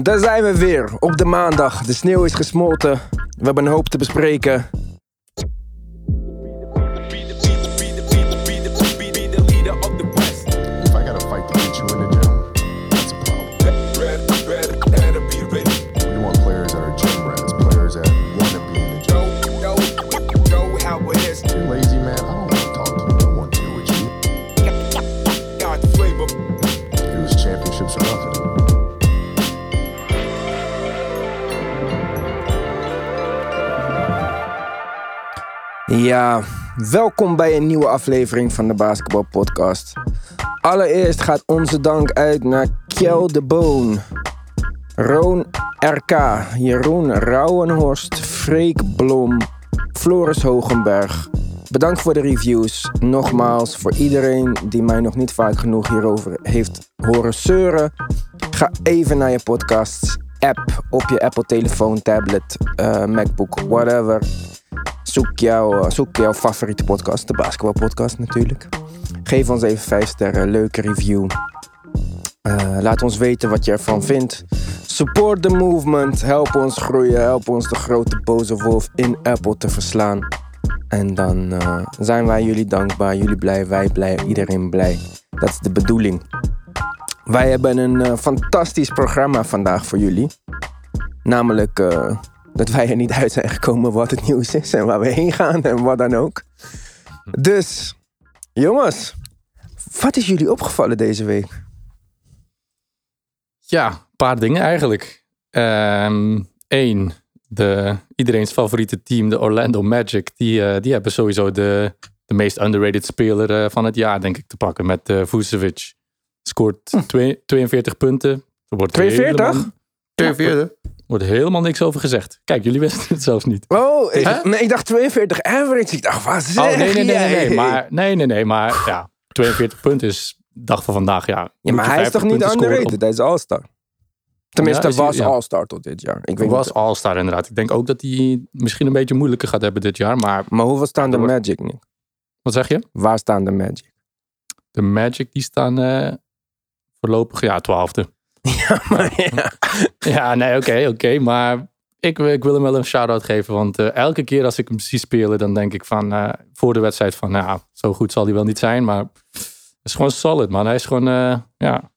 Daar zijn we weer, op de maandag. De sneeuw is gesmolten. We hebben een hoop te bespreken. Ja, welkom bij een nieuwe aflevering van de Basketball Podcast. Allereerst gaat onze dank uit naar Kjell de Boon, Roon RK, Jeroen Rauwenhorst, Freek Blom, Floris Hogenberg. Bedankt voor de reviews. Nogmaals, voor iedereen die mij nog niet vaak genoeg hierover heeft horen zeuren. Ga even naar je podcasts app op je Apple telefoon, tablet, MacBook, whatever. Zoek jouw favoriete podcast, de basketbalpodcast natuurlijk. Geef ons even 5 sterren, leuke review. Laat ons weten wat je ervan vindt. Support the movement, help ons groeien, help ons de grote boze wolf in Apple te verslaan. En dan zijn wij jullie dankbaar, jullie blij, wij blij, iedereen blij. Dat is de bedoeling. Wij hebben een fantastisch programma vandaag voor jullie. Namelijk dat wij er niet uit zijn gekomen wat het nieuws is en waar we heen gaan en wat dan ook. Dus, jongens, wat is jullie opgevallen deze week? Ja, een paar dingen eigenlijk. Eén, iedereen's favoriete team, de Orlando Magic, die hebben sowieso de meest underrated speler van het jaar, denk ik, te pakken met Vucevic. Scoort 42 punten. 42? 42? Wordt helemaal niks over gezegd. Kijk, jullie wisten het zelfs niet. Oh, ik dacht 42 average. Ik dacht, wat zeg Nee, maar ja, 42 punten is dag van vandaag, ja. Ja, maar hij is toch niet underrated? Hij is All-Star. Tenminste, was All-Star tot dit jaar. Ik was All-Star inderdaad. Ik denk ook dat hij misschien een beetje moeilijker gaat hebben dit jaar. Maar hoeveel staan de Magic nu? Wat zeg je? Waar staan de Magic? De Magic die staan voorlopig 12e. Ja, maar ja. Ja, nee, oké. Maar ik wil hem wel een shout-out geven. Want elke keer als ik hem zie spelen, dan denk ik van voor de wedstrijd van, zo goed zal hij wel niet zijn. Maar het is gewoon solid, man. Hij is gewoon, ja.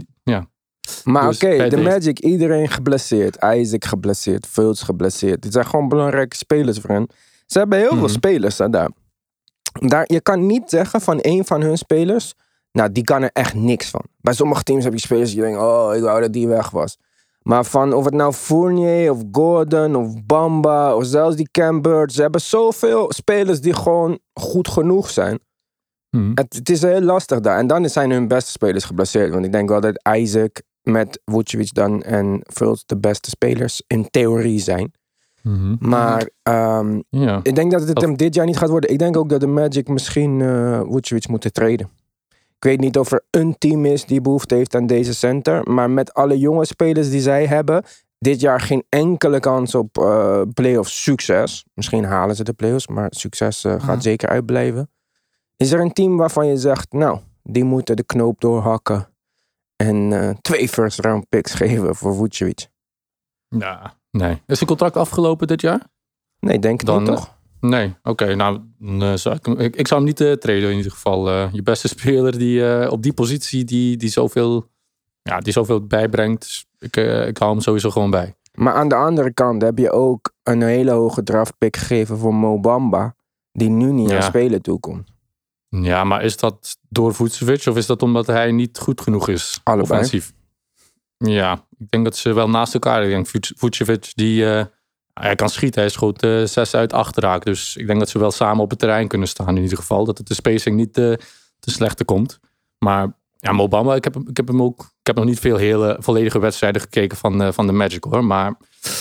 Maar dus, oké, de Magic, iedereen geblesseerd. Isaac geblesseerd, Fultz geblesseerd. Dit zijn gewoon belangrijke spelers voor hen. Ze hebben heel veel spelers daar. Je kan niet zeggen van één van hun spelers, nou, die kan er echt niks van. Bij sommige teams heb je spelers die denken, oh, ik wou dat die weg was. Maar van of het nou Fournier of Gordon of Bamba of zelfs die Cam Bird. Ze hebben zoveel spelers die gewoon goed genoeg zijn. Het is heel lastig daar. En dan zijn hun beste spelers geblesseerd. Want ik denk wel dat Isaac met Vucevic dan en Fultz de beste spelers in theorie zijn. Maar ik denk dat het hem dit jaar niet gaat worden. Ik denk ook dat de Magic misschien Vucevic moeten traden. Ik weet niet of er een team is die behoefte heeft aan deze center. Maar met alle jonge spelers die zij hebben, dit jaar geen enkele kans op playoff succes. Misschien halen ze de playoffs, maar succes gaat zeker uitblijven. Is er een team waarvan je zegt, nou, die moeten de knoop doorhakken en 2 first round picks geven voor Vucevic? Ja, nee. Is zijn contract afgelopen dit jaar? Nee, denk ik niet, toch? Nee, oké. Nou, ik zou hem niet traden in ieder geval. Je beste speler die op die positie die zoveel bijbrengt. Ik hou hem sowieso gewoon bij. Maar aan de andere kant heb je ook een hele hoge draftpick gegeven voor Mo Bamba, die nu niet naar spelen toekomt. Ja, maar is dat door Vucevic of is dat omdat hij niet goed genoeg is? Allebei. Offensief? Ja, ik denk dat ze wel naast elkaar. Ik denk Vucevic hij kan schieten. Hij schoot 6 uit 8 raak. Dus ik denk dat ze wel samen op het terrein kunnen staan in ieder geval. Dat het de spacing niet te slechte komt. Maar ja, Mo Bamba, ik heb nog niet veel hele volledige wedstrijden gekeken van de Magic, hoor. Maar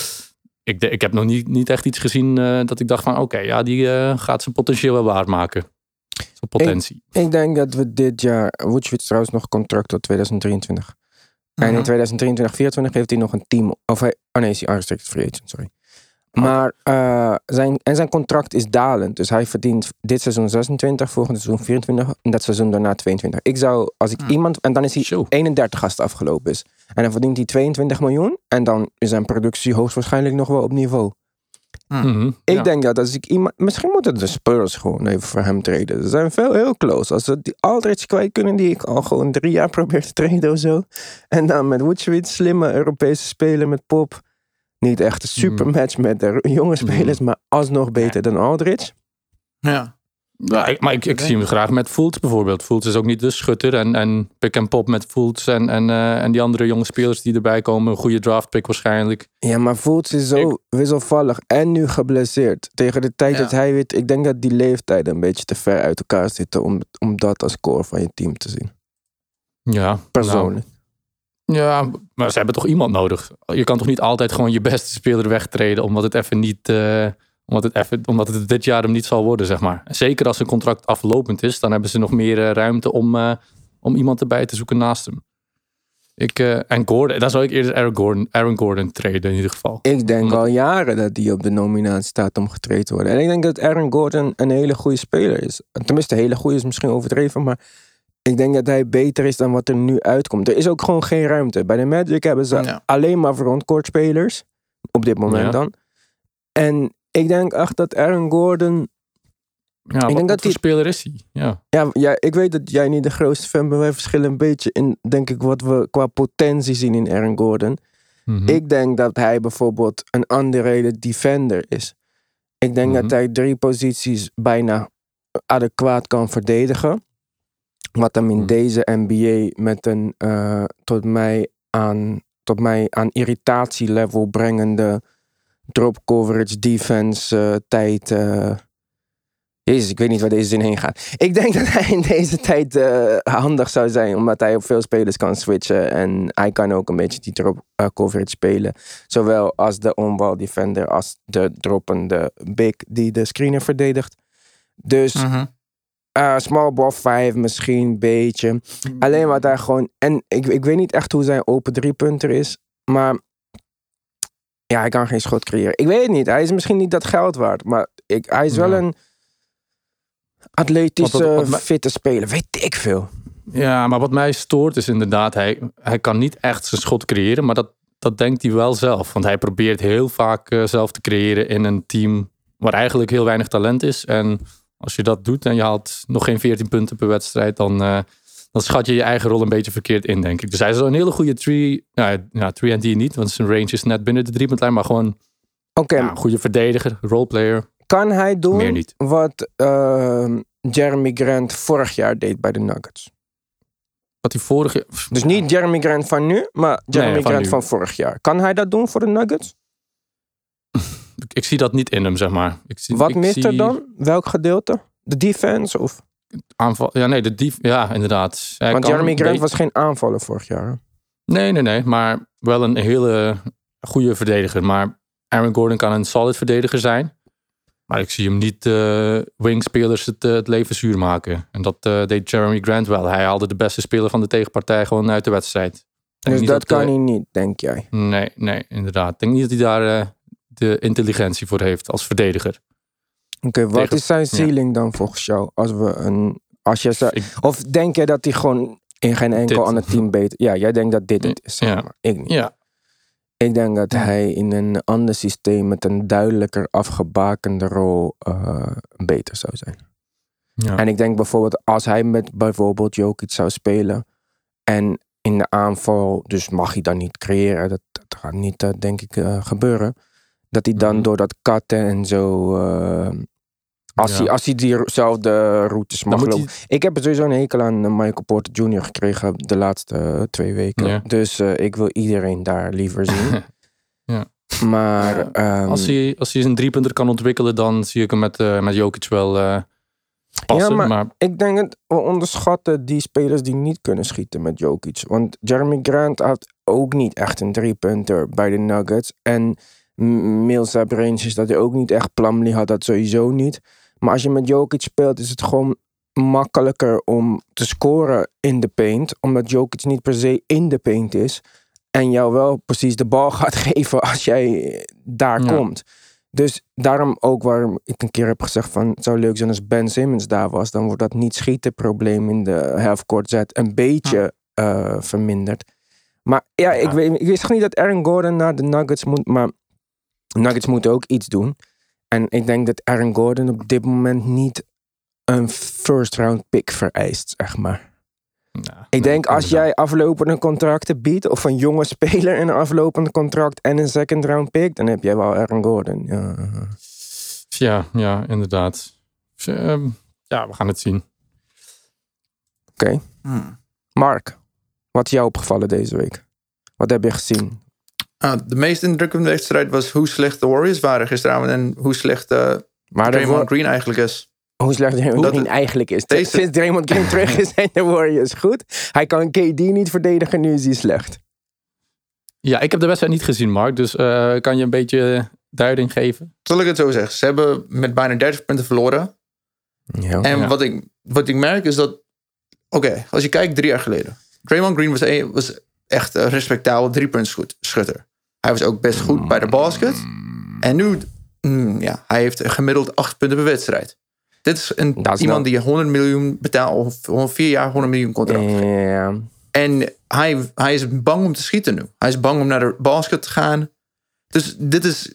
ik heb nog niet echt iets gezien dat ik dacht van oké, die gaat zijn potentieel wel waarmaken. Zijn potentie. Ik denk dat we dit jaar, Vucevic trouwens nog contract tot 2023. En in 2023, 2024 heeft hij nog een team. Is hij unrestricted free agent, sorry. Maar zijn contract is dalend. Dus hij verdient dit seizoen 26, volgend seizoen 24 en dat seizoen daarna 22. Ik zou, als ik iemand... En dan is hij 31 als het afgelopen is. En dan verdient hij 22 miljoen. En dan is zijn productie hoogstwaarschijnlijk nog wel op niveau. Ik denk dat als ik iemand... Misschien moeten de Spurs gewoon even voor hem treden. Ze zijn veel heel close. Als ze die Aldridge kwijt kunnen, die ik al gewoon 3 jaar probeer te treden of zo. En dan met Vucevic, slimme Europese speler met Pop. Niet echt een supermatch met de jonge spelers, maar alsnog beter dan Aldridge. Ja. Ja, maar ik zie hem graag met Fultz bijvoorbeeld. Fultz is ook niet de schutter. En pick and pop met Fultz en die andere jonge spelers die erbij komen. Een goede draftpick waarschijnlijk. Ja, maar Fultz is zo wisselvallig en nu geblesseerd. Tegen de tijd dat hij weet... Ik denk dat die leeftijden een beetje te ver uit elkaar zitten om dat als core van je team te zien. Ja. Persoonlijk. Ja, maar ze hebben toch iemand nodig? Je kan toch niet altijd gewoon je beste speler wegtreden omdat het even niet... Omdat het dit jaar hem niet zal worden, zeg maar. Zeker als zijn contract aflopend is, dan hebben ze nog meer ruimte om iemand erbij te zoeken naast hem. En Gordon, dan zou ik eerder Aaron Gordon treden in ieder geval. Ik denk al jaren dat die op de nominatie staat om getraind te worden. En ik denk dat Aaron Gordon een hele goede speler is. Tenminste, hele goede is misschien overdreven, maar ik denk dat hij beter is dan wat er nu uitkomt. Er is ook gewoon geen ruimte. Bij de Magic hebben ze alleen maar frontcourt spelers. Op dit moment dan. En ik denk echt dat Aaron Gordon... Ja, wat voor speler is hij? Ja, ik weet dat jij niet de grootste fan bent. Wij verschillen een beetje in, denk ik, wat we qua potentie zien in Aaron Gordon. Ik denk dat hij bijvoorbeeld een underrated defender is. Ik denk dat hij 3 posities bijna adequaat kan verdedigen. Wat hem in deze NBA met een tot mij aan irritatielevel brengende drop coverage defense tijd... Jezus, ik weet niet waar deze zin heen gaat. Ik denk dat hij in deze tijd handig zou zijn, omdat hij op veel spelers kan switchen. En hij kan ook een beetje die drop coverage spelen. Zowel als de on-ball defender als de droppende big die de screener verdedigt. Dus small ball 5 misschien een beetje. Alleen wat hij gewoon... En ik weet niet echt hoe zijn open 3-punter is, maar... Ja, hij kan geen schot creëren. Ik weet het niet. Hij is misschien niet dat geld waard, maar hij is wel een... atletische, fitte speler, weet ik veel. Ja, maar wat mij stoort is inderdaad... Hij kan niet echt zijn schot creëren... maar dat denkt hij wel zelf. Want hij probeert heel vaak zelf te creëren... in een team waar eigenlijk heel weinig talent is. En als je dat doet en je haalt nog geen 14 punten per wedstrijd... dan schat je je eigen rol een beetje verkeerd in, denk ik. Dus hij is een hele goede 3-and-D niet... want zijn range is net binnen de 3-puntlijn... maar gewoon een goede verdediger, roleplayer... Kan hij doen wat Jeremy Grant vorig jaar deed bij de Nuggets? Wat hij vorig jaar... Dus niet Jeremy Grant van nu, maar Jeremy Grant van vorig jaar. Kan hij dat doen voor de Nuggets? Ik zie dat niet in hem, zeg maar. Wat mist er dan? Welk gedeelte? De defense of? Aanval. Ja, nee, ja, inderdaad. Want Jeremy Grant was geen aanvaller vorig jaar. Nee. Maar wel een hele goede verdediger. Maar Aaron Gordon kan een solid verdediger zijn. Maar ik zie hem niet wingspelers het leven zuur maken. En dat deed Jeremy Grant wel. Hij haalde de beste speler van de tegenpartij gewoon uit de wedstrijd. Dus dat kan hij niet, denk jij? Nee, inderdaad. Ik denk niet dat hij daar de intelligentie voor heeft als verdediger. Oké, wat is zijn ceiling dan volgens jou? Of denk jij dat hij gewoon in geen enkel ander team beter... Ja, jij denkt dat dit het is. Zeg maar. Ik niet. Ja. Ik denk dat hij in een ander systeem met een duidelijker afgebakende rol beter zou zijn. Ja. En ik denk bijvoorbeeld als hij met bijvoorbeeld Jokic zou spelen en in de aanval, dus mag hij dan niet creëren, dat gaat niet denk ik gebeuren, dat hij dan door dat cutten en zo, als hij diezelfde routes mag lopen. Ik heb sowieso een hekel aan Michael Porter Jr. gekregen de laatste 2 weken. Ja. Dus ik wil iedereen daar liever zien. Ja. Maar als hij zijn 3-punter kan ontwikkelen, dan zie ik hem met Jokic wel passen. Ja, maar ik denk dat we onderschatten die spelers die niet kunnen schieten met Jokic. Want Jeremy Grant had ook niet echt een 3-punter bij de Nuggets. En Millsap ranges dat hij ook niet echt. Plumlee had dat sowieso niet. Maar als je met Jokic speelt, is het gewoon makkelijker om te scoren in de paint. Omdat Jokic niet per se in de paint is. En jou wel precies de bal gaat geven als jij daar komt. Dus daarom ook waarom ik een keer heb gezegd van... het zou leuk zijn als Ben Simmons daar was. Dan wordt dat niet schietenprobleem in de halfcourt set een beetje verminderd. Maar ja, ik wist niet dat Aaron Gordon naar de Nuggets moet. Maar Nuggets moeten ook iets doen. En ik denk dat Aaron Gordon op dit moment niet een first round pick vereist, zeg maar. Nou, ik denk als jij aflopende contracten biedt... of een jonge speler in een aflopende contract... en een second round pick, dan heb jij wel Aaron Gordon. Ja, inderdaad. Ja, we gaan het zien. Oké. Mark, wat is jou opgevallen deze week? Wat heb je gezien? De meest indrukwekkende wedstrijd was hoe slecht de Warriors waren gisteravond... en hoe slecht Draymond Green eigenlijk is. Hoe slecht Draymond Green eigenlijk is. Sinds Draymond Green terug is, zijn de Warriors goed. Hij kan KD niet verdedigen, nu is hij slecht. Ja, ik heb de wedstrijd niet gezien, Mark. Dus kan je een beetje duiding geven? Zal ik het zo zeggen? Ze hebben met bijna 30 punten verloren. Ja. En wat ik merk is dat... Oké, als je kijkt 3 jaar geleden. Draymond Green was echt een respectabel 3-puntschutter. Hij was ook best goed bij de basket. En nu, hij heeft gemiddeld 8 punten per wedstrijd. Dit is iemand die 100 miljoen betaalt, of 4 jaar 100 miljoen contract. Ja. En hij is bang om te schieten nu. Hij is bang om naar de basket te gaan. Dus dit is...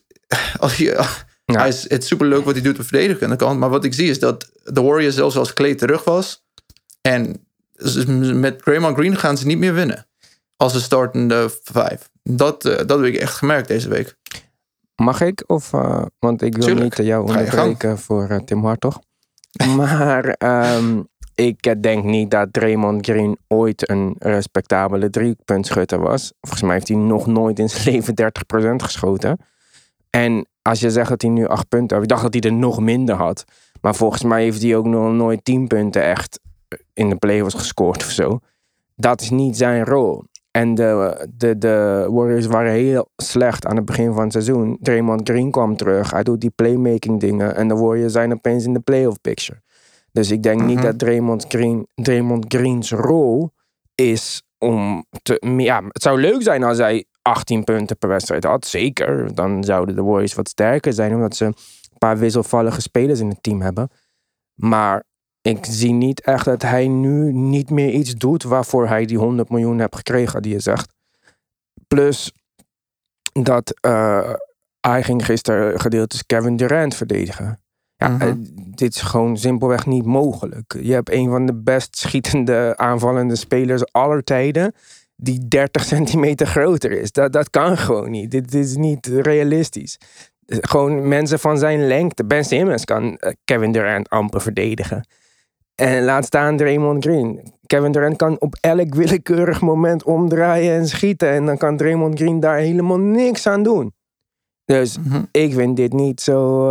Het is superleuk wat hij doet op verdedigende kant. Maar wat ik zie is dat de Warriors zelfs als Klay terug was. En met Draymond Green gaan ze niet meer winnen. Als de startende 5. Dat heb ik echt gemerkt deze week. Mag ik? Want ik wil niet jou onderbreken voor Tim Hartog. Maar ik denk niet dat Draymond Green ooit een respectabele 3-puntschutter was. Volgens mij heeft hij nog nooit in zijn leven 30% geschoten. En als je zegt dat hij nu 8 punten had, ik dacht dat hij er nog minder had. Maar volgens mij heeft hij ook nog nooit 10 punten echt in de playoffs gescoord of zo. Dat is niet zijn rol. En de Warriors waren heel slecht aan het begin van het seizoen. Draymond Green kwam terug. Hij doet die playmaking dingen. En de Warriors zijn opeens in de playoff picture. Dus ik denk niet dat Draymond Green's rol is om te... Ja, het zou leuk zijn als hij 18 punten per wedstrijd had. Zeker. Dan zouden de Warriors wat sterker zijn. Omdat ze een paar wisselvallige spelers in het team hebben. Maar ik zie niet echt dat hij nu niet meer iets doet waarvoor hij die 100 miljoen heeft gekregen, die je zegt. Plus dat hij ging gisteren gedeeltes Kevin Durant verdedigen. Ja, dit is gewoon simpelweg niet mogelijk. Je hebt een van de best schietende aanvallende spelers aller tijden die 30 centimeter groter is. Dat kan gewoon niet. Dit is niet realistisch. Gewoon mensen van zijn lengte. Ben Simmons kan Kevin Durant amper verdedigen. En laat staan Draymond Green. Kevin Durant kan op elk willekeurig moment omdraaien en schieten. En dan kan Draymond Green daar helemaal niks aan doen. Dus ik vind dit niet zo...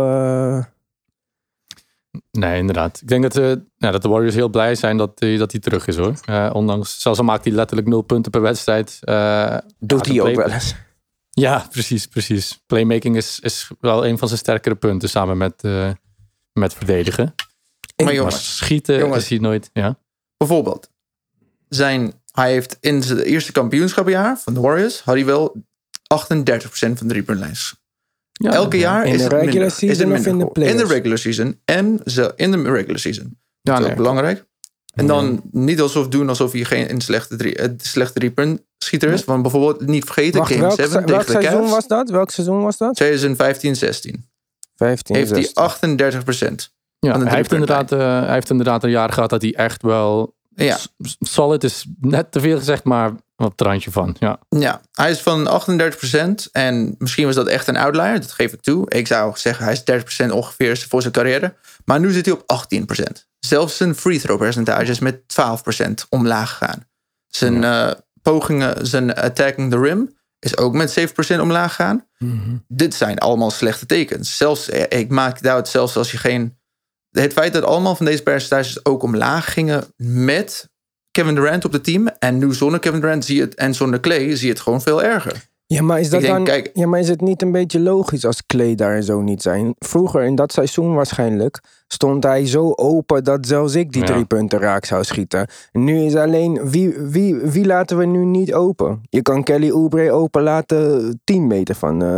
Nee, inderdaad. Ik denk dat de Warriors heel blij zijn dat hij terug is, hoor. Ondanks, zelfs al maakt hij letterlijk 0 punten per wedstrijd. Doet hij ook wel eens. Ja, precies. Playmaking is wel een van zijn sterkere punten samen met verdedigen. Maar schieten is hij nooit. Ja. Bijvoorbeeld, hij heeft in zijn eerste kampioenschapjaar van de Warriors had hij wel 38% van de 3-puntlijn. Ja, elke jaar is het minder. In de regular season en in de regular season. Dat is ook belangrijk. En dan niet alsof je geen slechte 3-punt schieter is. Want bijvoorbeeld niet vergeten, Game 7 tegen de Cavs. Welk seizoen was dat? 2015-16. Heeft hij 38%. Ja, hij heeft inderdaad een jaar gehad dat hij echt wel solid is. Net te veel gezegd, maar op het randje van. Ja, hij is van 38% en misschien was dat echt een outlier. Dat geef ik toe. Ik zou zeggen, hij is 30% ongeveer voor zijn carrière. Maar nu zit hij op 18%. Zelfs zijn free throw percentage is met 12% omlaag gegaan. Zijn pogingen, zijn attacking the rim is ook met 7% omlaag gegaan. Dit zijn allemaal slechte tekens. Zelfs, ik maak het uit, zelfs als je geen... Het feit dat allemaal van deze percentages ook omlaag gingen met Kevin Durant op het team. En nu zonder Kevin Durant en zonder Klay zie je het gewoon veel erger. Ja, maar is is het niet een beetje logisch als Klay daar zo niet zijn? Vroeger in dat seizoen waarschijnlijk stond hij zo open dat zelfs ik die 3 punten raak zou schieten. Nu is alleen wie laten we nu niet open? Je kan Kelly Oubre open laten 10 meter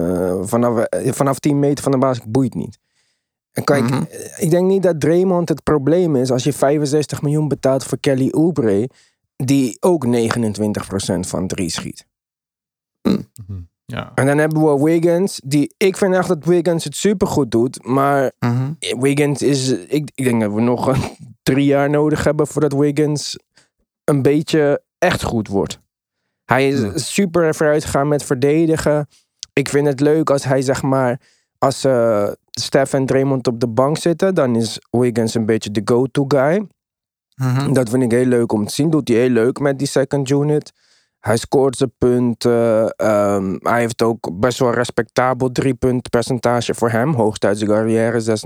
vanaf 10 meter van de basket, boeit niet. En kijk, ik denk niet dat Draymond het probleem is als je 65 miljoen betaalt voor Kelly Oubre, die ook 29% van 3 schiet. Ja. En dan hebben we Wiggins. Ik vind echt dat Wiggins het supergoed doet. Maar Wiggins is... Ik denk dat we nog 3 jaar nodig hebben voordat Wiggins een beetje echt goed wordt. Hij is super vooruit gegaan met verdedigen. Ik vind het leuk als hij zeg maar... Als Steph en Draymond op de bank zitten, dan is Wiggins een beetje de go-to guy. Dat vind ik heel leuk om te zien. Doet hij heel leuk met die second unit. Hij scoort zijn punten. Hij heeft ook best wel respectabel 3-punt percentage voor hem. Hoogst uit zijn carrière,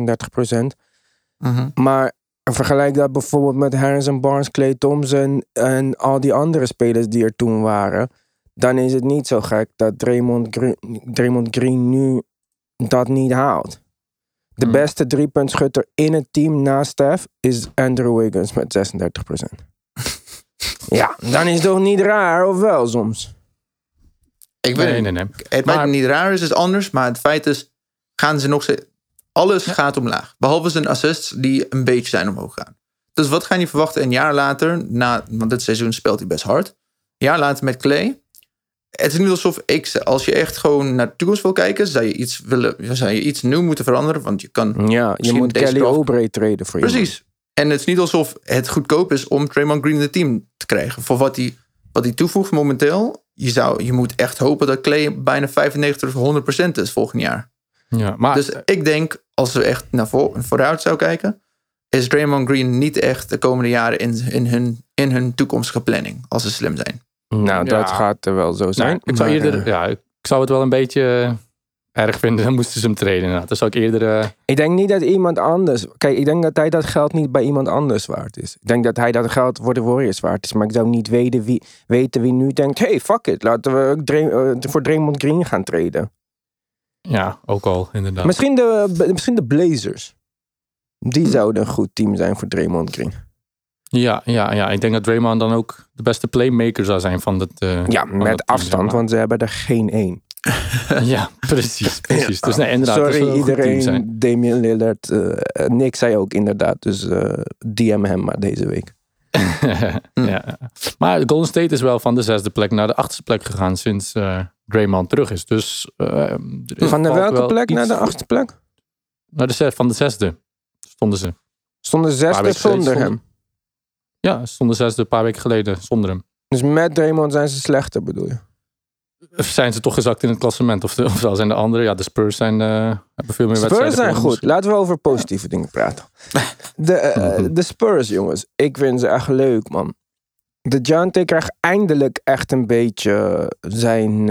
36%. Maar vergelijk dat bijvoorbeeld met Harrison Barnes, Klay Thompson en al die andere spelers die er toen waren. Dan is het niet zo gek dat Draymond Green nu dat niet haalt. De beste 3-puntschutter in het team naast Steph is Andrew Wiggins met 36%. Ja, dan is het toch niet raar, of wel soms? Ik weet Nee. Het maakt niet raar, is het anders. Maar het feit is, gaan ze nog steeds... Alles gaat omlaag. Behalve zijn assists die een beetje zijn omhoog gaan. Dus wat ga je verwachten een jaar later? Want dit seizoen speelt hij best hard. Een jaar later met Klay. Het is niet alsof als je echt gewoon naar de toekomst wil kijken, zou je iets nieuw moeten veranderen. Want je kan... Ja, je moet Kelly Oubre traden voor je. Precies. En het is niet alsof het goedkoop is om Draymond Green in het team te krijgen. Voor wat hij toevoegt momenteel. Je moet echt hopen dat Klay bijna 95% of 100% is volgend jaar. Ja, maar... Dus ik denk, als we echt naar vooruit zouden kijken, is Draymond Green niet echt de komende jaren in hun toekomstige planning. Als ze slim zijn. Nou, dat gaat er wel zo zijn. Ik zou het wel een beetje erg vinden. Dan moesten ze hem trainen. Dan zou ik eerder... Ik denk niet dat iemand anders... Kijk, ik denk dat hij dat geld niet bij iemand anders waard is. Ik denk dat hij dat geld voor de Warriors waard is. Maar ik zou niet weten wie nu denkt... Hey, fuck it. Laten we voor Draymond Green gaan traden. Ja, ook al, inderdaad. Misschien de Blazers. Die zouden een goed team zijn voor Draymond Green. Ja. Ik denk dat Draymond dan ook de beste playmaker zou zijn van het met afstand, want ze hebben er geen één. Ja, precies. Dus nee, inderdaad. Sorry iedereen, Damian Lillard. Nick zei ook inderdaad, dus DM hem maar deze week. Ja. Maar Golden State is wel van de 6e plek naar de 8e plek gegaan sinds Draymond terug is. Dus, van de welke plek naar de 8e plek? Van de 6e stonden ze. Stonden 6e zonder hem? Ja, stonden 6e een paar weken geleden zonder hem. Dus met Draymond zijn ze slechter, bedoel je? Of zijn ze toch gezakt in het klassement? Of zijn de anderen? Ja, de Spurs hebben veel meer wedstrijden. Spurs zijn goed. Laten we over positieve dingen praten. De Spurs, jongens. Ik vind ze echt leuk, man. De Giannis krijgt eindelijk echt een beetje zijn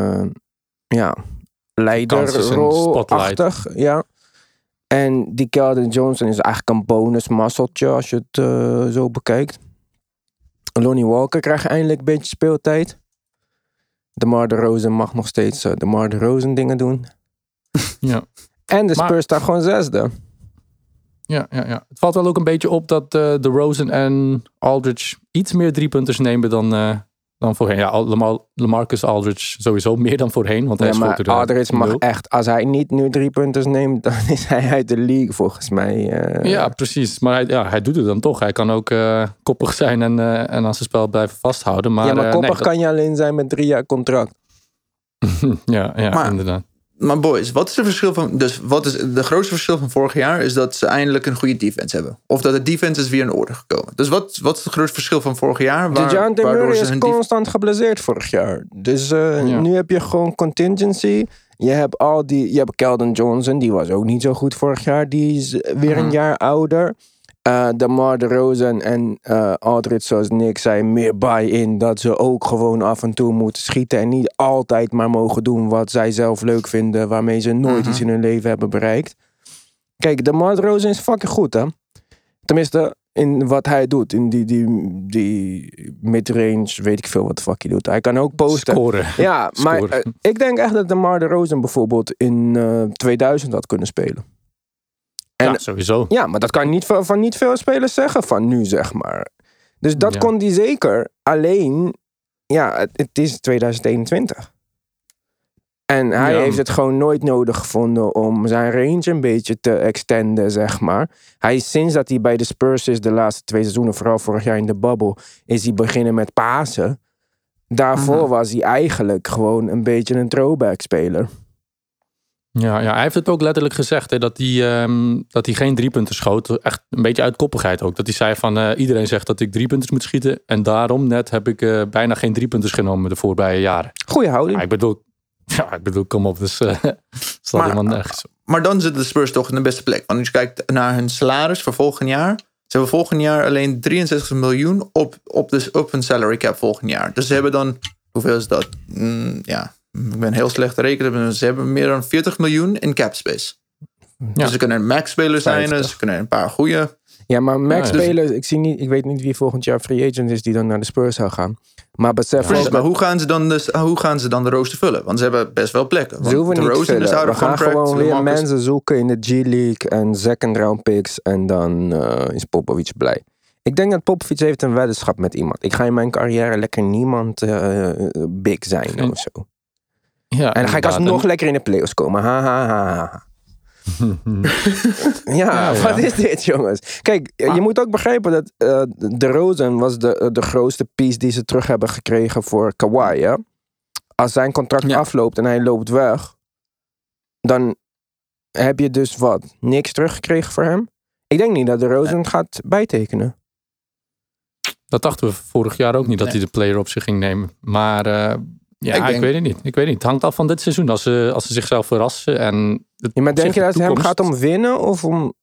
leiderrol-achtig. Ja. En die Keldon Johnson is eigenlijk een bonusmasseltje als je het zo bekijkt. Lonnie Walker krijgt eindelijk een beetje speeltijd. DeMar DeRozan mag nog steeds DeMar DeRozan dingen doen. Ja. En de Spurs staan gewoon 6e. Ja. Het valt wel ook een beetje op dat DeRozan en Aldridge iets meer 3-punters nemen dan voorheen. Ja, LaMarcus Aldridge sowieso meer dan voorheen. Want hij maar Aldridge mag echt, als hij niet nu 3-punters neemt, dan is hij uit de league volgens mij. Ja, precies. Maar hij doet het dan toch. Hij kan ook koppig zijn en aan zijn spel blijven vasthouden. Maar koppig kan je alleen zijn met 3 jaar contract. ja, inderdaad. Maar boys, wat is de grootste verschil van vorig jaar? Is dat ze eindelijk een goede defense hebben. Of dat de defense is weer in orde gekomen. Dus wat is het grootste verschil van vorig jaar? DeJounte Murray is constant geblesseerd vorig jaar. Dus nu heb je gewoon contingency. Je hebt Keldon Johnson, die was ook niet zo goed vorig jaar. Die is weer een jaar ouder. DeMar DeRozan en Aldridge, zoals Nick zei, meer buy-in dat ze ook gewoon af en toe moeten schieten en niet altijd maar mogen doen wat zij zelf leuk vinden, waarmee ze nooit iets in hun leven hebben bereikt. Kijk, DeMar DeRozan is fucking goed, hè? Tenminste, in wat hij doet. In die midrange, weet ik veel wat de fuck hij doet. Hij kan ook posten. Scoren. Ja, maar Scoren. ik denk echt dat DeMar DeRozan bijvoorbeeld in 2000 had kunnen spelen. En, Ja, sowieso. ja, maar dat kan je niet van niet veel spelers zeggen van nu, zeg maar. Dus dat kon hij zeker. Alleen, ja, het is 2021. En hij heeft het gewoon nooit nodig gevonden om zijn range een beetje te extenden, zeg maar. Sinds dat hij bij de Spurs is de laatste 2 seizoenen, vooral vorig jaar in de bubble, is hij beginnen met pasen. Daarvoor was hij eigenlijk gewoon een beetje een throwback speler. Ja, hij heeft het ook letterlijk gezegd, hè, dat hij geen 3-punten schoot. Echt een beetje uit koppigheid ook. Dat hij zei van iedereen zegt dat ik 3-punters moet schieten. En daarom net heb ik bijna geen 3-punters genomen de voorbije jaren. Goeie houding. Ja, ik bedoel, kom op. Dus staat helemaal nergens op. Maar dan zitten de Spurs toch in de beste plek. Want als je kijkt naar hun salaris voor volgend jaar. Ze hebben volgend jaar alleen 63 miljoen op hun salary cap volgend jaar. Dus ze hebben dan, hoeveel is dat? Ik ben heel slecht te rekenen. Ze hebben meer dan 40 miljoen in cap space. Ja. Dus ze kunnen een max-speler zijn. Dus ze kunnen een paar goede. Ja, maar max-spelers, ik weet niet wie volgend jaar free agent is die dan naar de Spurs zou gaan. Maar besef Precies, maar hoe gaan ze dan de rooster vullen? Want ze hebben best wel plekken. Ze hoeven de niet te Rosen is vullen. out We of gaan contract. gewoon weer LaMarcus- mensen zoeken in de G-League en second round picks. En dan is Popovic blij. Ik denk dat Popovic heeft een weddenschap met iemand. Ik ga in mijn carrière lekker niemand big zijn of zo. Ja, En dan ga ik alsnog lekker in de playoffs komen. Ha, ha, ha, ha. Ja, wat is dit, jongens? Kijk, je moet ook begrijpen dat DeRozan was de grootste piece die ze terug hebben gekregen voor Kawhi. Hè? Als zijn contract afloopt en hij loopt weg, dan heb je dus niks teruggekregen voor hem. Ik denk niet dat DeRozan gaat bijtekenen. Dat dachten we vorig jaar ook niet, dat hij de player op zich ging nemen. Maar ik weet het niet. Het hangt af van dit seizoen. Als ze zichzelf verrassen. En maar denk je dat het hem gaat om winnen of om...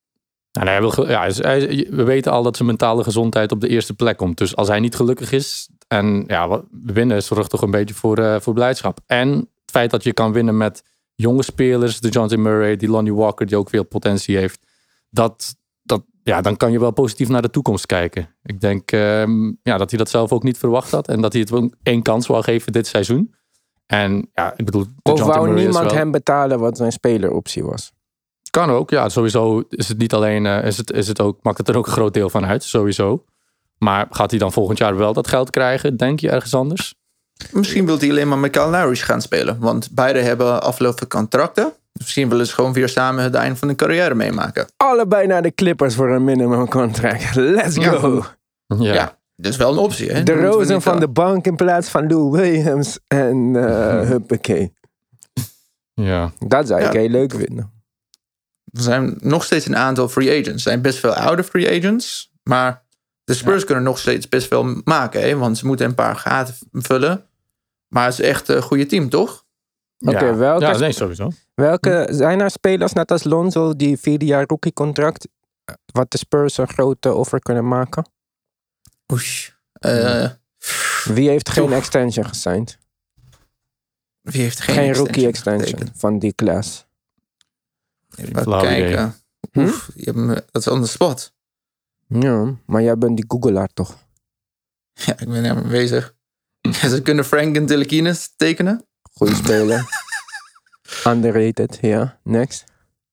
We weten al dat zijn mentale gezondheid op de eerste plek komt. Dus als hij niet gelukkig is en winnen zorgt toch een beetje voor blijdschap. En het feit dat je kan winnen met jonge spelers, de Jonathan Murray, die Lonnie Walker, die ook veel potentie heeft, dan kan je wel positief naar de toekomst kijken. Ik denk dat hij dat zelf ook niet verwacht had en dat hij het ook 1 kans wou geven dit seizoen. En ik bedoel, of wou niemand hem betalen wat zijn speleroptie was? Kan ook, ja. Sowieso is het niet alleen, maakt het er ook een groot deel van uit, sowieso. Maar gaat hij dan volgend jaar wel dat geld krijgen, denk je, ergens anders? Misschien wil hij alleen maar met Kyle Lowry gaan spelen. Want beide hebben aflopende contracten. Misschien willen ze gewoon weer samen het einde van de carrière meemaken. Allebei naar de Clippers voor een minimum contract. Let's go! Ja, dat is wel een optie. Hè? DeRozan van de bank in plaats van Lou Williams en huppakee. Ja. Dat zou ik heel leuk vinden. Er zijn nog steeds een aantal free agents. Er zijn best veel oude free agents. Maar de Spurs kunnen nog steeds best veel maken. Hè? Want ze moeten een paar gaten vullen. Maar het is echt een goede team, toch? Oké, sowieso. Welke zijn er spelers net als Lonzo die 4 jaar rookie contract wat de Spurs een grote offer kunnen maken? Wie heeft geen extension gesigned? Wie heeft geen rookie extension van die class? Even kijken. Dat is on the spot. Ja, maar jij bent die Googelaar toch? Ja, ik ben helemaal bezig. Ze kunnen Frank Ntilikina tekenen. Goeie speler. Underrated, ja. Next.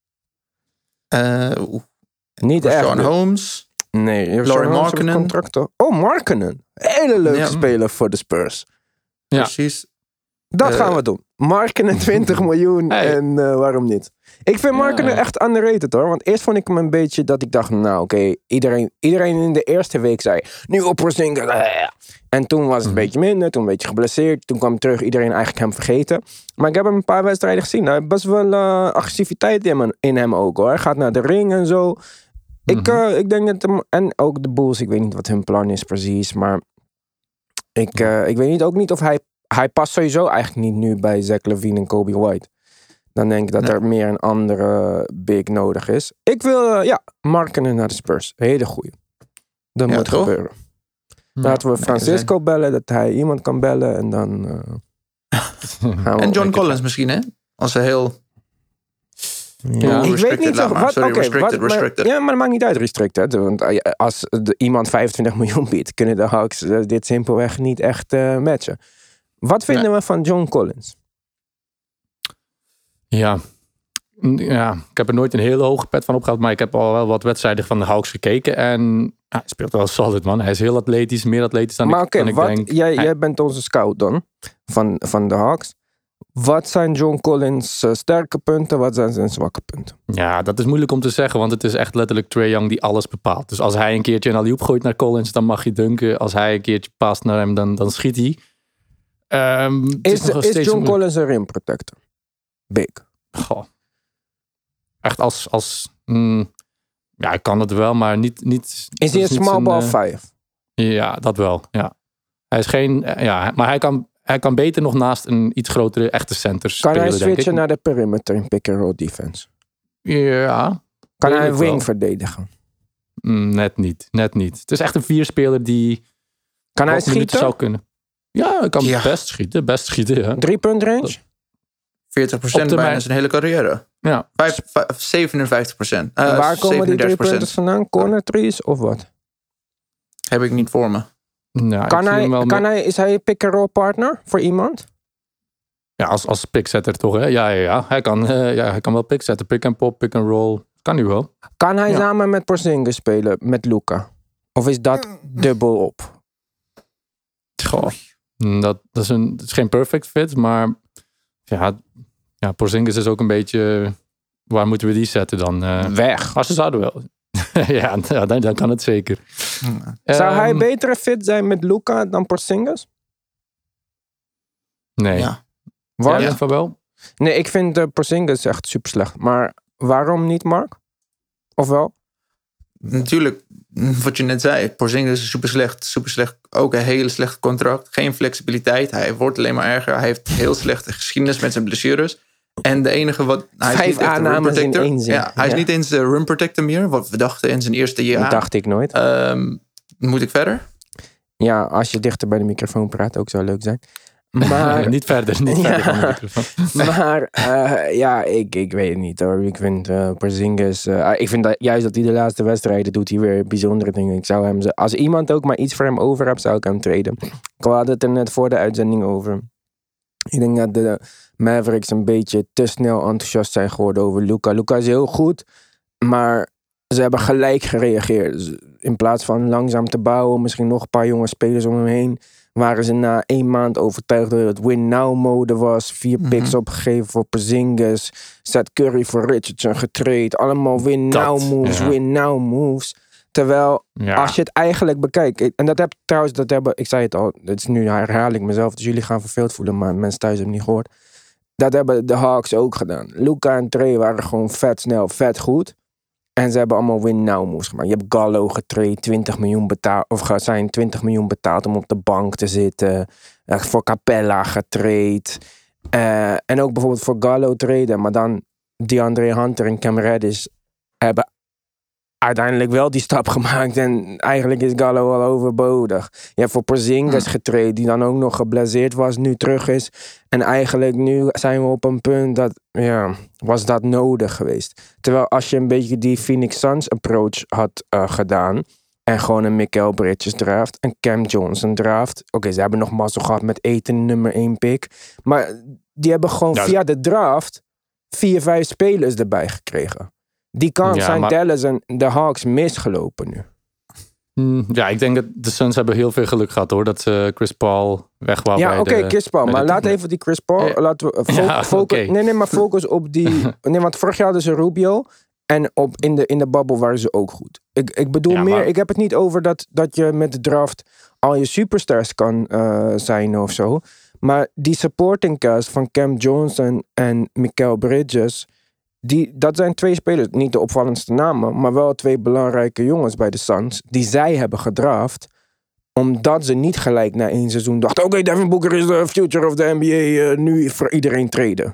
Niet echt. Sean Holmes. Nee, Lauri Markkanen. Markkanen. Hele leuke speler voor de Spurs. Ja. Precies. Dat gaan we doen. Markkanen 20 miljoen en waarom niet? Ik vind Markkanen echt underrated hoor. Want eerst vond ik hem een beetje dat ik dacht, iedereen in de eerste week zei, nu op Porzingis. En toen was het een beetje minder, toen een beetje geblesseerd. Toen kwam terug, iedereen eigenlijk hem vergeten. Maar ik heb hem een paar wedstrijden gezien. Hij heeft best wel agressiviteit in hem ook hoor. Hij gaat naar de ring en zo. Ik denk dat hem, en ook de Bulls, ik weet niet wat hun plan is precies. Maar ik weet niet of hij past sowieso eigenlijk niet nu bij Zach LaVine en Kobe White. Dan denk ik dat er meer een andere big nodig is. Ik wil, Markkanen naar de Spurs. Hele goeie. Dat moet gebeuren. Laten we Francisco bellen, dat hij iemand kan bellen en dan gaan we... En John Collins misschien, hè? Als ze heel... Ja. Ik weet niet zo wat. Restricted. Ja, maar dat maakt niet uit, restricted. Want als iemand 25 miljoen biedt, kunnen de Hawks dit simpelweg niet echt matchen. Wat vinden we van John Collins? Ja, ik heb er nooit een hele hoge pet van opgehaald. Maar ik heb al wel wat wedstrijden van de Hawks gekeken. En hij speelt wel solid, man. Hij is heel atletisch, meer atletisch dan ik denk. Jij bent onze scout dan, van de Hawks. Wat zijn John Collins' sterke punten? Wat zijn zijn zwakke punten? Ja, dat is moeilijk om te zeggen. Want het is echt letterlijk Trae Young die alles bepaalt. Dus als hij een keertje een alley-oop gooit naar Collins, dan mag je dunken. Als hij een keertje past naar hem, dan schiet hij. Is John Collins een rim protector? Big. Goh. Echt ja, ik kan het wel, maar niet. Is hij een small ball 5? Ja, dat wel. Ja. Hij is geen. Ja, maar hij kan beter nog naast een iets grotere echte center spelen. Kan hij switchen naar de perimeter in pick-and-roll defense? Ja. Kan hij wing verdedigen? Net niet. Het is echt een 4-speler die. Kan hij schieten? Zou kunnen. Ja, hij kan best schieten. Ja. 3-punt range? 40% bijna zijn hele carrière. Ja. 57%. Waar komen die 3 punten vandaan? Corner trees of wat? Heb ik niet voor me. Nou, is hij een pick-and-roll partner voor iemand? Ja, als picksetter toch, hè? Ja. Hij kan wel picksetten. Pick-and-pop, pick-and-roll. Kan hij wel. Kan hij samen met Porzingis spelen, met Luka? Of is dat dubbel op? Goh, dat is geen perfect fit, maar ja, Porzingis is ook een beetje. Waar moeten we die zetten dan? Weg. Als ze zouden wel. ja, dan kan het zeker. Zou hij betere fit zijn met Luka dan Porzingis? Nee. Ja. Waarom? Ja, wel? Nee, ik vind Porzingis echt super slecht. Maar waarom niet, Mark? Of wel? Natuurlijk, wat je net zei. Porzingis is super slecht. Ook een hele slecht contract. Geen flexibiliteit. Hij wordt alleen maar erger. Hij heeft heel slechte geschiedenis met zijn blessures. En de enige wat... Hij 5 is niet aannames in één zin. Ja, hij is niet eens de rim protector meer. Wat we dachten in zijn eerste jaar. Dat dacht ik nooit. Moet ik verder? Ja, als je dichter bij de microfoon praat, ook zou leuk zijn. Maar niet verder van de microfoon. Maar ik weet het niet hoor. Ik vind Porzingis... ik vind juist dat hij de laatste wedstrijden doet hij weer bijzondere dingen. Ik zou hem... Als iemand ook maar iets voor hem over hebt, zou ik hem traden. Ik had het er net voor de uitzending over. Ik denk dat de Mavericks een beetje te snel enthousiast zijn geworden over Luka. Luka is heel goed, maar ze hebben gelijk gereageerd. Dus in plaats van langzaam te bouwen, misschien nog een paar jonge spelers om hem heen, waren ze na 1 maand overtuigd dat het win-now-mode was. 4 picks opgegeven voor Porzingis. Seth Curry voor Richardson getraind. Allemaal win-now moves. Terwijl, als je het eigenlijk bekijkt... En ik zei het al, nu herhaal ik mezelf, dus jullie gaan verveeld voelen, maar mensen thuis hebben het niet gehoord. Dat hebben de Hawks ook gedaan. Luka en Trae waren gewoon vet snel, vet goed. En ze hebben allemaal win-now moves gemaakt. Je hebt Gallo getraind, 20 miljoen betaald, of zijn 20 miljoen betaald om op de bank te zitten. Voor Capella getraind. En ook bijvoorbeeld voor Gallo traden, maar dan DeAndre Hunter en Cam Reddish hebben uiteindelijk wel die stap gemaakt en eigenlijk is Gallo al overbodig. Je hebt voor Porzingis getraind, die dan ook nog geblesseerd was, nu terug is. En eigenlijk nu zijn we op een punt dat, was dat nodig geweest. Terwijl als je een beetje die Phoenix Suns approach had gedaan en gewoon een Mikal Bridges draft, een Cam Johnson draft. Oké, ze hebben nog mazzel gehad met Ayton nummer 1 pick. Maar die hebben gewoon via de draft 4-5 spelers erbij gekregen. Die kans zijn Dallas en de Hawks misgelopen nu. Ja, ik denk dat de Suns hebben heel veel geluk gehad hoor. Dat Chris Paul weg was. Ja, oké, Chris Paul. Maar laat even die Chris Paul. Laten we focus. Nee, maar focus op die. Nee, want vorig jaar hadden ze Rubio. En in de bubble waren ze ook goed. Ik bedoel meer. Maar ik heb het niet over dat je met de draft al je superstars kan zijn of zo. Maar die supporting cast van Cam Johnson en Mikal Bridges. Dat zijn 2 spelers, niet de opvallendste namen, maar wel 2 belangrijke jongens bij de Suns, die zij hebben gedraft, omdat ze niet gelijk na 1 seizoen dachten, oké, Devin Booker is de future of de NBA, nu voor iedereen traden.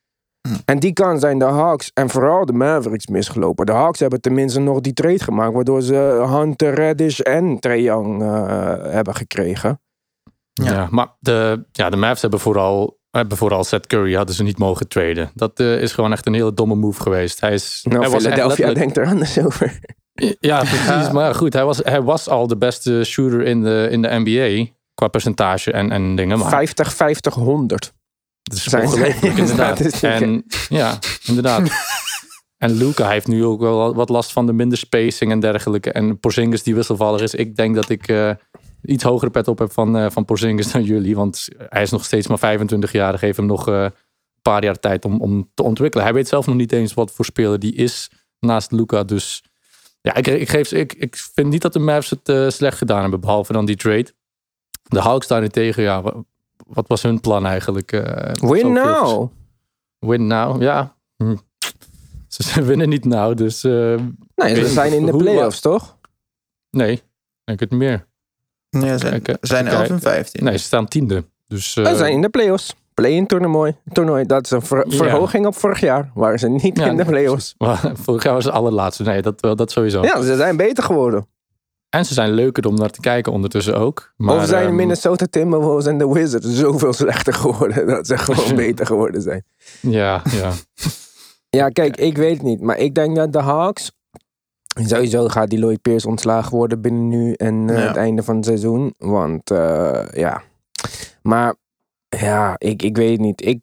En die kant zijn de Hawks en vooral de Mavericks misgelopen. De Hawks hebben tenminste nog die trade gemaakt, waardoor ze Hunter, Reddish en Trae Young hebben gekregen. Ja, maar de Mavs hebben vooral Vooral Seth Curry hadden ze niet mogen traden. Dat is gewoon echt een hele domme move geweest. Hij Philadelphia denkt er anders over. Ja, precies. Maar goed, hij was al de beste shooter in de NBA. Qua percentage en dingen. Maar 50, 50, 100. Dat is ongelooflijk, inderdaad. En ja, inderdaad. En Luka heeft nu ook wel wat last van de minder spacing en dergelijke. En Porzingis die wisselvallig is. Ik denk dat ik iets hogere pet op heb van Porzingis dan jullie. Want hij is nog steeds maar 25 jaar. Geef hem nog een paar jaar tijd om te ontwikkelen. Hij weet zelf nog niet eens wat voor speler die is naast Luka. Dus ja, ik vind niet dat de Mavs het slecht gedaan hebben. Behalve dan die trade. De Hawks daarentegen, ja, wat was hun plan eigenlijk? Win now. Win now, ja. Ze winnen niet nou, dus... nee, ze zijn in de playoffs, toch? Nee, ik denk het meer. Ja, ze zijn 11 en 15. Nee, ze staan 10e. Dus, ze zijn in de playoffs. Play-in toernooi. Dat is een verhoging op vorig jaar. Waren ze niet in de playoffs. Vorig jaar was het allerlaatste. Nee, dat sowieso. Ja, ze zijn beter geworden. En ze zijn leuker om naar te kijken ondertussen ook. Maar, of zijn Minnesota Timberwolves en de Wizards zoveel slechter geworden dat ze gewoon beter geworden zijn. Ja. Ja, kijk, ik weet het niet. Maar ik denk dat de Hawks... Sowieso gaat die Lloyd Pierce ontslagen worden binnen nu en het einde van het seizoen. Want ja... Maar ja, ik weet het niet.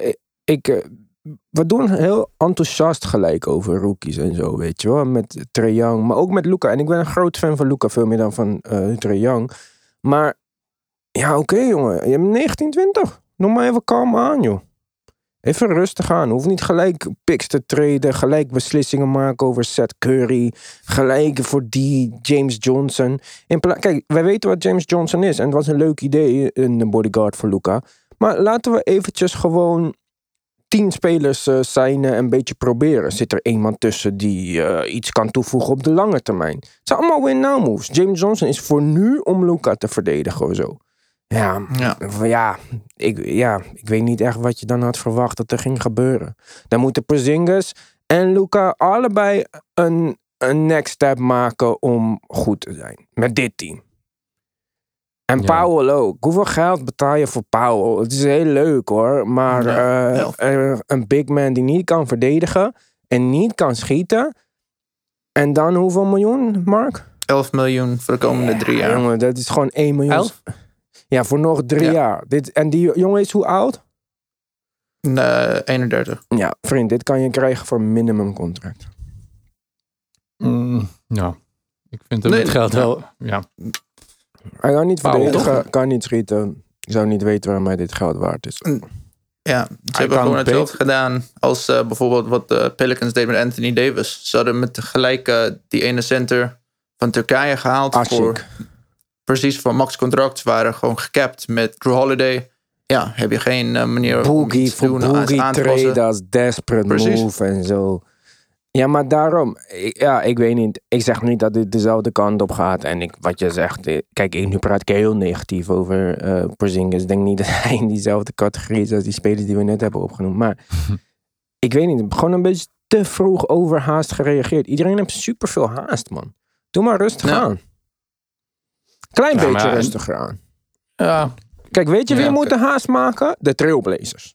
We doen heel enthousiast gelijk over rookies en zo, weet je wel. Met Trae Young, maar ook met Luka. En ik ben een groot fan van Luka, veel meer dan van Trae Young. Maar ja, oké, jongen. Je hebt 1920. Noem maar even kalm aan, joh. Even rustig aan. Hoef niet gelijk picks te traden. Gelijk beslissingen maken over Seth Curry. Gelijk voor die James Johnson. Kijk, wij weten wat James Johnson is. En het was een leuk idee, een bodyguard voor Luka. Maar laten we eventjes gewoon 10 spelers signen en een beetje proberen. Zit er iemand tussen die iets kan toevoegen op de lange termijn? Het zijn allemaal win-now moves. James Johnson is voor nu om Luka te verdedigen of zo. Ik weet niet echt wat je dan had verwacht dat er ging gebeuren. Dan moeten Porzingis en Luka allebei een next step maken om goed te zijn. Met dit team. En Powell ook. Hoeveel geld betaal je voor Powell? Het is heel leuk hoor. Maar een big man die niet kan verdedigen en niet kan schieten. En dan hoeveel miljoen, Mark? 11 miljoen voor de komende 3 jaar. Jongen, dat is gewoon 1 miljoen. 11? Ja, voor nog 3 jaar. En die jongen is hoe oud? 31. Ja, vriend, dit kan je krijgen voor minimumcontract. Ja, ik vind het met geld wel... Ja. Hij kan niet verdedigen, kan niet schieten. Ik zou niet weten waarom hij dit geld waard is. Ja, ze hebben gewoon hetzelfde gedaan als bijvoorbeeld wat de Pelicans deden met Anthony Davis. Ze hadden met gelijk die ene center van Turkije gehaald. Precies, voor max contract. Ze waren gewoon gecapt met Drew Holiday. Ja, heb je geen manier Boogie, om iets te doen voor Boogie aan te passen. trade als desperate move en zo. Ja, maar daarom, ik weet niet. Ik zeg niet dat dit dezelfde kant op gaat. En wat je zegt, kijk, nu praat ik heel negatief over Porzingis. Ik denk niet dat hij in diezelfde categorie is als die spelers die we net hebben opgenoemd. Maar ik weet niet, gewoon een beetje te vroeg overhaast gereageerd. Iedereen heeft superveel haast, man. Doe maar rustig aan. Klein beetje rustiger aan. Ja. Kijk, weet je wie moet de haast maken? De Trailblazers.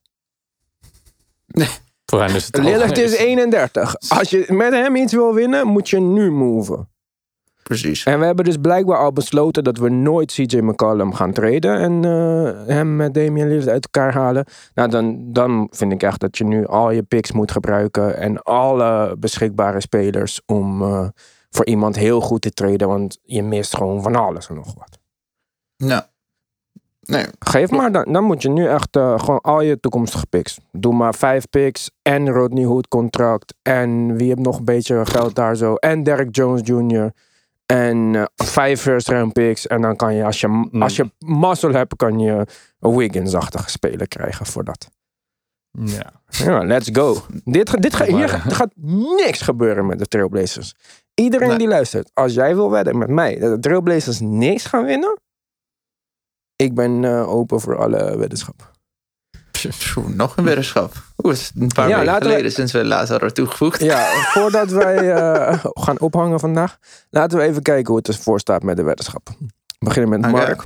Voor hem is het Lillard is 31. Als je met hem iets wil winnen, moet je nu moven. Precies. En we hebben dus blijkbaar al besloten dat we nooit CJ McCollum gaan traden en hem met Damian Lillard uit elkaar halen. Nou, dan vind ik echt dat je nu al je picks moet gebruiken en alle beschikbare spelers om voor iemand heel goed te traden, want je mist gewoon van alles en nog wat. Nou. Nee. Geef maar, dan moet je nu echt gewoon al je toekomstige picks. Doe maar 5 picks en Rodney Hood contract. En wie heeft nog een beetje geld daar zo. En Derrick Jones Jr. En 5 first round picks. En dan kan je, als je mazzel hebt, kan je een Wiggins-achtige speler krijgen voor dat. Ja, let's go. Hier gaat niks gebeuren met de Trailblazers. Iedereen die luistert, als jij wil wedden met mij dat de Trailblazers niks gaan winnen, ik ben open voor alle weddenschappen. Nog een weddenschap. Het is een paar weken geleden sinds we laatst hadden toegevoegd. Ja, voordat wij gaan ophangen vandaag, laten we even kijken hoe het ervoor staat met de weddenschap. We beginnen met Mark.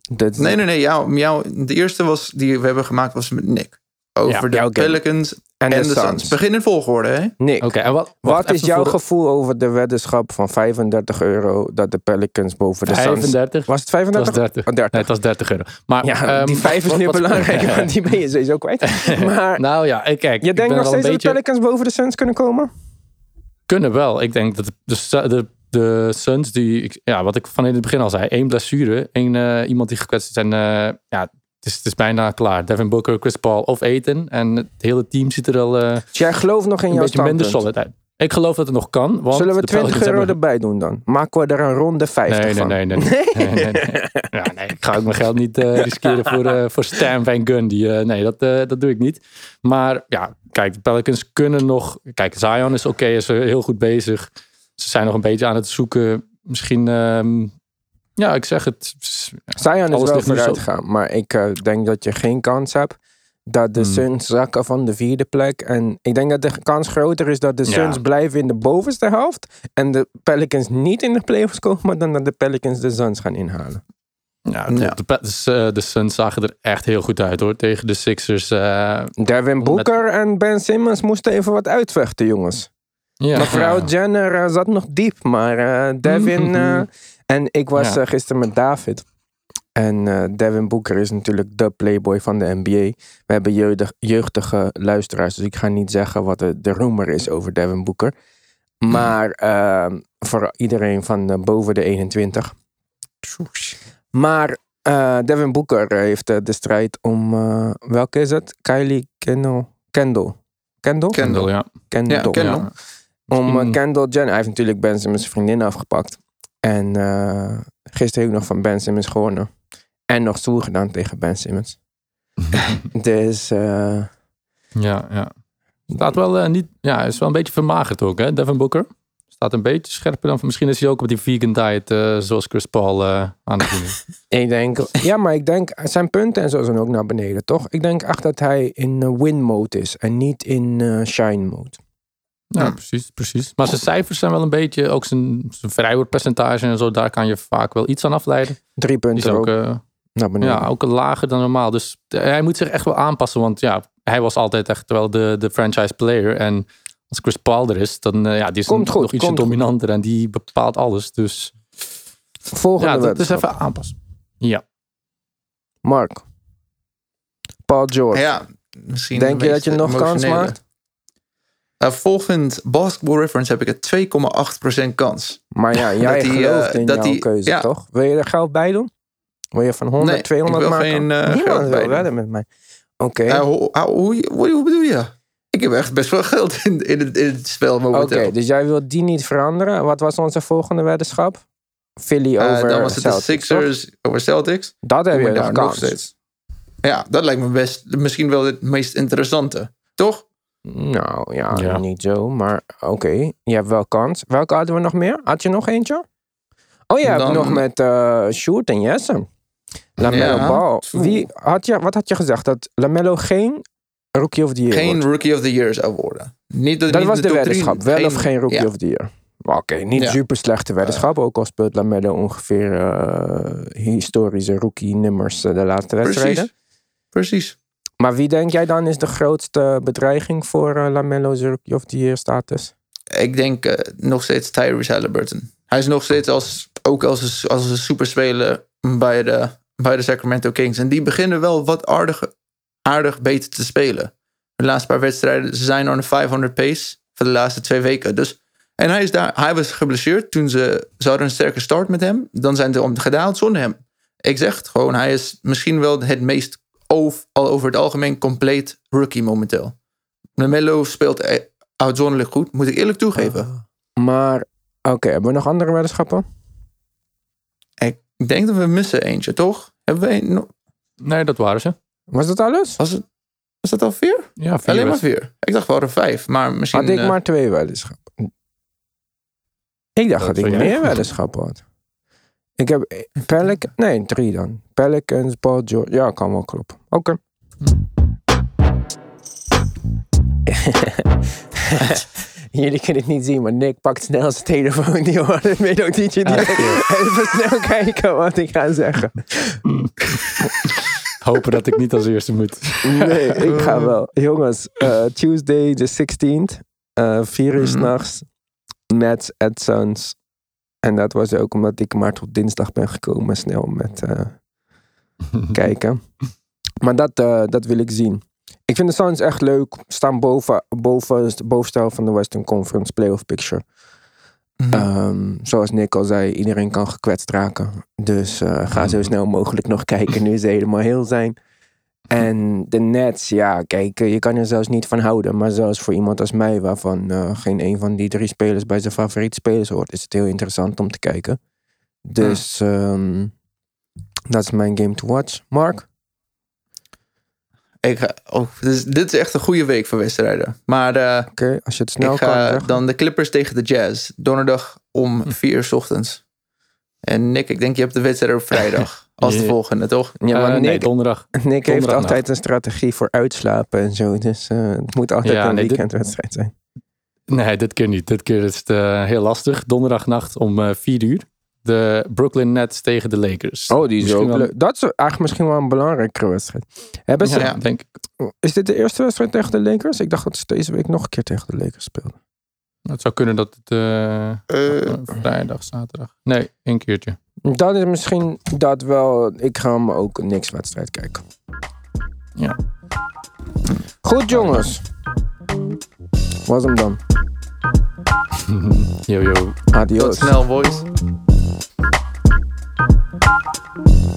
Nee. De eerste die we hebben gemaakt was met Nick. Over de Pelicans en de Suns. Begin in volgorde, hè? Nick, en wat is jouw gevoel over de weddenschap van €35 dat de Pelicans boven de Suns... 35? Was het 35? Het was 30. 30. Nee, het was €30. Maar, die 5 is nu belangrijk, want die ben je sowieso kwijt. Maar nou ja, kijk. Je denkt nog steeds dat de Pelicans boven de Suns kunnen komen? Kunnen wel. Ik denk dat de Suns, wat ik van in het begin al zei, 1 blessure, iemand die gekwetst is en het is bijna klaar. Devin Booker, Chris Paul of Ayton. En het hele team ziet er al dus jij gelooft nog in jouw beetje minder solid uit. Ik geloof dat het nog kan. Want zullen we €20 erbij doen dan? Maken we er een ronde 50 van? Nee. Ja, nee, ik ga ook mijn geld niet riskeren voor Stan Van Gundy. Dat doe ik niet. Maar ja, kijk, de Pelicans kunnen nog... Kijk, Zion is oké, is heel goed bezig. Ze zijn nog een beetje aan het zoeken. Misschien... ik zeg het. Zion is wel vooruit gaan. Maar ik denk dat je geen kans hebt dat de Suns zakken van de 4e plek. En ik denk dat de kans groter is dat de Suns blijven in de bovenste helft. En de Pelicans niet in de playoffs komen dan dat de Pelicans de Suns gaan inhalen. Ja, de Suns zagen er echt heel goed uit hoor. Tegen de Sixers. Devin Booker en Ben Simmons moesten even wat uitvechten, jongens. Ja. Mevrouw Jenner zat nog diep. Maar Devin... En ik was gisteren met David. En Devin Booker is natuurlijk de playboy van de NBA. We hebben jeugdige luisteraars. Dus ik ga niet zeggen wat de rumor is over Devin Booker. Maar voor iedereen van boven de 21. Maar Devin Booker heeft de strijd om... welke is het? Kylie Kendall. Kendall, ja. Kendall. Ja. Om Kendall Jenner. Hij heeft natuurlijk Ben Simmons vriendin afgepakt. En gisteren ook nog van Ben Simmons gewonnen. En nog stoer gedaan tegen Ben Simmons. Dus... Ja. Staat wel niet... Ja, is wel een beetje vermagerd ook, hè, Devin Booker. Staat een beetje scherper dan... Misschien is hij ook op die vegan diet zoals Chris Paul aan het doen. Ik denk... Ja, maar ik denk... Zijn punten en zo zijn ook naar beneden, toch? Ik denk echt dat hij in win mode is. En niet in shine mode. Ja, precies. Maar zijn cijfers zijn wel een beetje... Ook zijn vrijwoordpercentage en zo... Daar kan je vaak wel iets aan afleiden. 3 punten ook naar beneden. Ja, ook lager dan normaal. Dus hij moet zich echt wel aanpassen. Want ja, hij was altijd echt wel de franchise player. En als Chris Paul er is... Dan die is nog ietsje dominanter. En die bepaalt alles. Dus volgende dat is even aanpassen. Ja. Mark. Paul George. Ja, misschien denk je dat je nog kans maakt? Volgens Basketball Reference heb ik een 2,8% kans. Maar ja, jij gelooft in jouw keuze, toch? Wil je er geld bij doen? Wil je van 100, 200 maken? Niemand wil wedden met mij. Oké. Hoe bedoel je? Ik heb echt best wel geld in het spel momenteel. Oké, dus jij wilt die niet veranderen. Wat was onze volgende weddenschap? Philly over dan was het Celtics, de Sixers toch? Over Celtics. Dat heb je nog kans. Steeds. Ja, dat lijkt me misschien wel het meest interessante. Toch? Nou ja, niet zo. Maar oké, je hebt wel kans. Welke hadden we nog meer? Had je nog eentje? Oh, je hebt nog met Sjoerd en Jesse. LaMelo Ball. Wat had je gezegd? Dat LaMelo geen Rookie of the Year Geen Rookie of the Year zou worden. Dat was de weddenschap. Wel of geen Rookie of the Year. Oké, niet super slechte weddenschap. Ook al speelt LaMelo ongeveer historische rookie nummers de laatste wedstrijden. Precies. Maar wie denk jij dan is de grootste bedreiging voor LaMelo's Rookie of the Year status? Ik denk nog steeds Tyrese Haliburton. Hij is nog steeds als een superspeler bij de Sacramento Kings. En die beginnen wel wat aardig beter te spelen. De laatste paar wedstrijden, ze zijn on een 500 pace voor de laatste 2 weken. Dus, en hij was geblesseerd toen ze hadden een sterke start met hem. Dan zijn ze gedaald zonder hem. Ik zeg het gewoon, hij is misschien wel het meest over het algemeen compleet rookie momenteel. LaMelo speelt uitzonderlijk goed, moet ik eerlijk toegeven. Maar, oké, hebben we nog andere weddenschappen? Ik denk dat we missen eentje, toch? Hebben we Nee, dat waren ze. Was dat alles? Was dat al 4? Ja, 4. Alleen maar 4. Ik dacht we hadden 5, maar misschien... Had ik maar 2 weddenschappen. Ik dacht dat ik meer weddenschappen had. Ik heb 3 dan. Pelicans, Paul George. Ja, kan wel kloppen. Oké. Jullie kunnen het niet zien, maar Nick pakt snel zijn telefoon. Die hoort weet ook niet. Even snel kijken wat ik ga zeggen. Hopen dat ik niet als eerste moet. Nee, ik ga wel. Jongens, Tuesday the 16th. 4 uur 's nachts. Nets at Suns. En dat was ook omdat ik maar tot dinsdag ben gekomen. Snel met kijken. Maar dat wil ik zien. Ik vind de Suns echt leuk. Staan boven het bovenstel van de Western Conference Playoff Picture. Zoals Nick al zei, iedereen kan gekwetst raken. Dus ga zo snel mogelijk nog kijken nu ze helemaal heel zijn. En de Nets, ja, kijk, je kan er zelfs niet van houden. Maar zelfs voor iemand als mij, waarvan geen een van die 3 spelers bij zijn favoriete spelers hoort, is het heel interessant om te kijken. Dus dat is mijn game to watch. Mark? Dus dit is echt een goede week voor wedstrijden. Maar Oké, als je het snel ik kan ga zeggen. dan de Clippers tegen de Jazz. Donderdag om 4 uur 's ochtends. En Nick, ik denk je hebt de wedstrijd op vrijdag. Als de volgende, toch? Ja, maar Nee, donderdag. Nick heeft altijd een strategie voor uitslapen en zo. Dus het moet altijd een weekendwedstrijd zijn. Nee, dit keer niet. Dit keer is het heel lastig. Donderdagnacht om 4 uur. De Brooklyn Nets tegen de Lakers. Oh, die is ook leuk. Dat is eigenlijk misschien wel een belangrijkere wedstrijd. Hebben ze, denk ik. Is dit de eerste wedstrijd tegen de Lakers? Ik dacht dat ze deze week nog een keer tegen de Lakers speelden. Het zou kunnen dat het vrijdag, zaterdag. Nee, 1 keertje. Dat is misschien dat wel. Ik ga hem ook een niks-wedstrijd kijken. Ja. Goed, jongens. Was hem dan. Yo. Adios. Tot snel, boys.